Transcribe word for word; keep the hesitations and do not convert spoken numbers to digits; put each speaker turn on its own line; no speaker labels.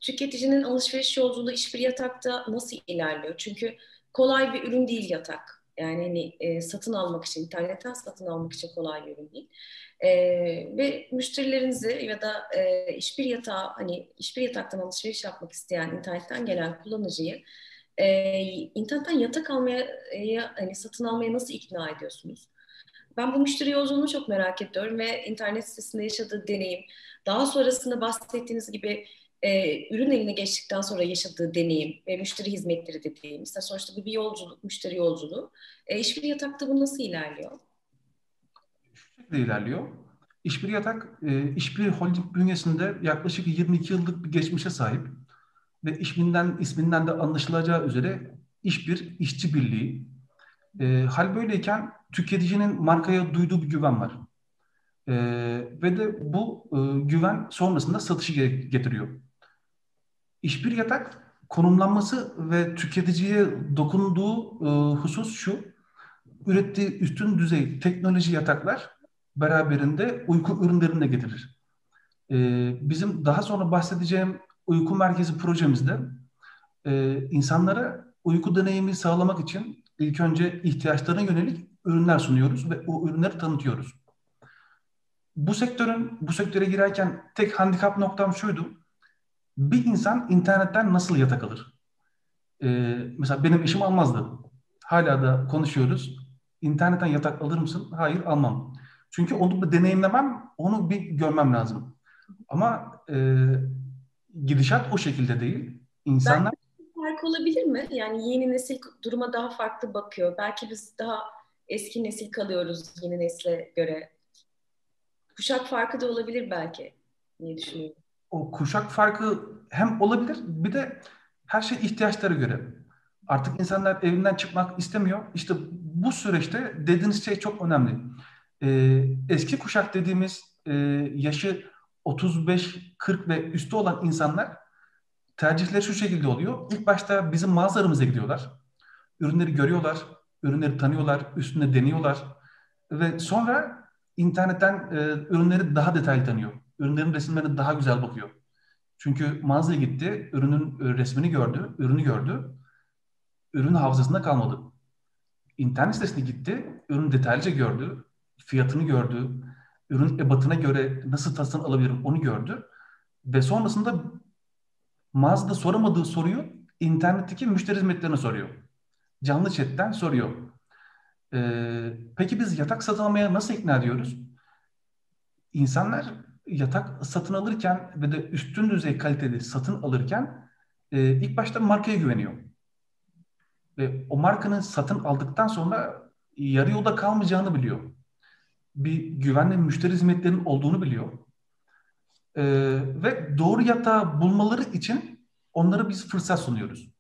tüketicinin alışveriş yolculuğu iş bir yatakta nasıl ilerliyor? Çünkü kolay bir ürün değil yatak. Yani hani, e, satın almak için, internetten satın almak için kolay bir ürün değil. E, Ve müşterilerinizi ya da e, iş bir yatağı, hani iş bir yataktan alışveriş yapmak isteyen internetten gelen kullanıcıyı e, internetten yatak almaya, e, hani satın almaya nasıl ikna ediyorsunuz? Ben bu müşteri yolculuğunu çok merak ediyorum ve internet sitesinde yaşadığı deneyim, daha sonrasında bahsettiğiniz gibi e, ürün eline geçtikten sonra yaşadığı deneyim ve müşteri hizmetleri dediğimiz, mesela sonuçta bu bir yolculuk, müşteri yolculuğu. E, İşbir Yatak'ta bu nasıl ilerliyor?
şekilde ilerliyor. İşbir Yatak, e, İşbir Holding bünyesinde yaklaşık yirmi iki yıllık bir geçmişe sahip ve isminden, isminden de anlaşılacağı üzere İşbir işçi birliği. E, hal böyleyken tüketicinin markaya duyduğu bir güven var. E, Ve de bu e, güven sonrasında satışı getiriyor. İşbir Yatak konumlanması ve tüketiciye dokunduğu e, husus şu: ürettiği üstün düzey teknoloji yataklar beraberinde uyku ürünlerini de getirir. Ee, bizim daha sonra bahsedeceğim uyku merkezi projemizde e, insanlara uyku deneyimi sağlamak için ilk önce ihtiyaçlarına yönelik ürünler sunuyoruz ve o ürünleri tanıtıyoruz. Bu sektörün bu sektöre girerken tek handikap noktam şuydu: bir insan internetten nasıl yatak alır? Ee, mesela benim eşim almazdı. Hala da konuşuyoruz. İnternetten yatak alır mısın? Hayır, almam. Çünkü onu bir deneyimlemem, onu bir görmem lazım. Ama e, gidişat o şekilde değil.
Belki
İnsanlar
fark olabilir mi? Yani yeni nesil duruma daha farklı bakıyor. Belki biz daha eski nesil kalıyoruz yeni nesle göre. Kuşak farkı da olabilir belki diye düşünüyorum.
o kuşak farkı hem olabilir, bir de her şey ihtiyaçlara göre. Artık insanlar evinden çıkmak istemiyor. İşte bu süreçte dediğiniz şey çok önemli. Ee, eski kuşak dediğimiz e, yaşı otuz beş kırk ve üstü olan insanlar tercihleri şu şekilde oluyor. İlk başta bizim mağazalarımıza gidiyorlar. Ürünleri görüyorlar, ürünleri tanıyorlar, üstünde deniyorlar ve sonra internetten e, ürünleri daha detaylı tanıyor. Ürünlerin resimlerine daha güzel bakıyor. Çünkü mağazaya gitti, ürünün e, resmini gördü, ürünü gördü, ürün hafızasında kalmadı. İnternet sitesine gitti, ürünü detaylıca gördü, fiyatını gördü, ürün ebatına göre nasıl tasarım alabilirim onu gördü ve sonrasında mağazada soramadığı soruyu internetteki müşteri hizmetlerine soruyor. Canlı chatten soruyor. Ee, peki biz yatak satın almaya nasıl ikna ediyoruz? İnsanlar yatak satın alırken ve de üstün düzey kaliteli satın alırken e, ilk başta markaya güveniyor. Ve o markanın satın aldıktan sonra yarı yolda kalmayacağını biliyor. Bir güvenli müşteri hizmetlerinin olduğunu biliyor. Ee, Ve doğru yatağı bulmaları için onlara biz fırsat sunuyoruz.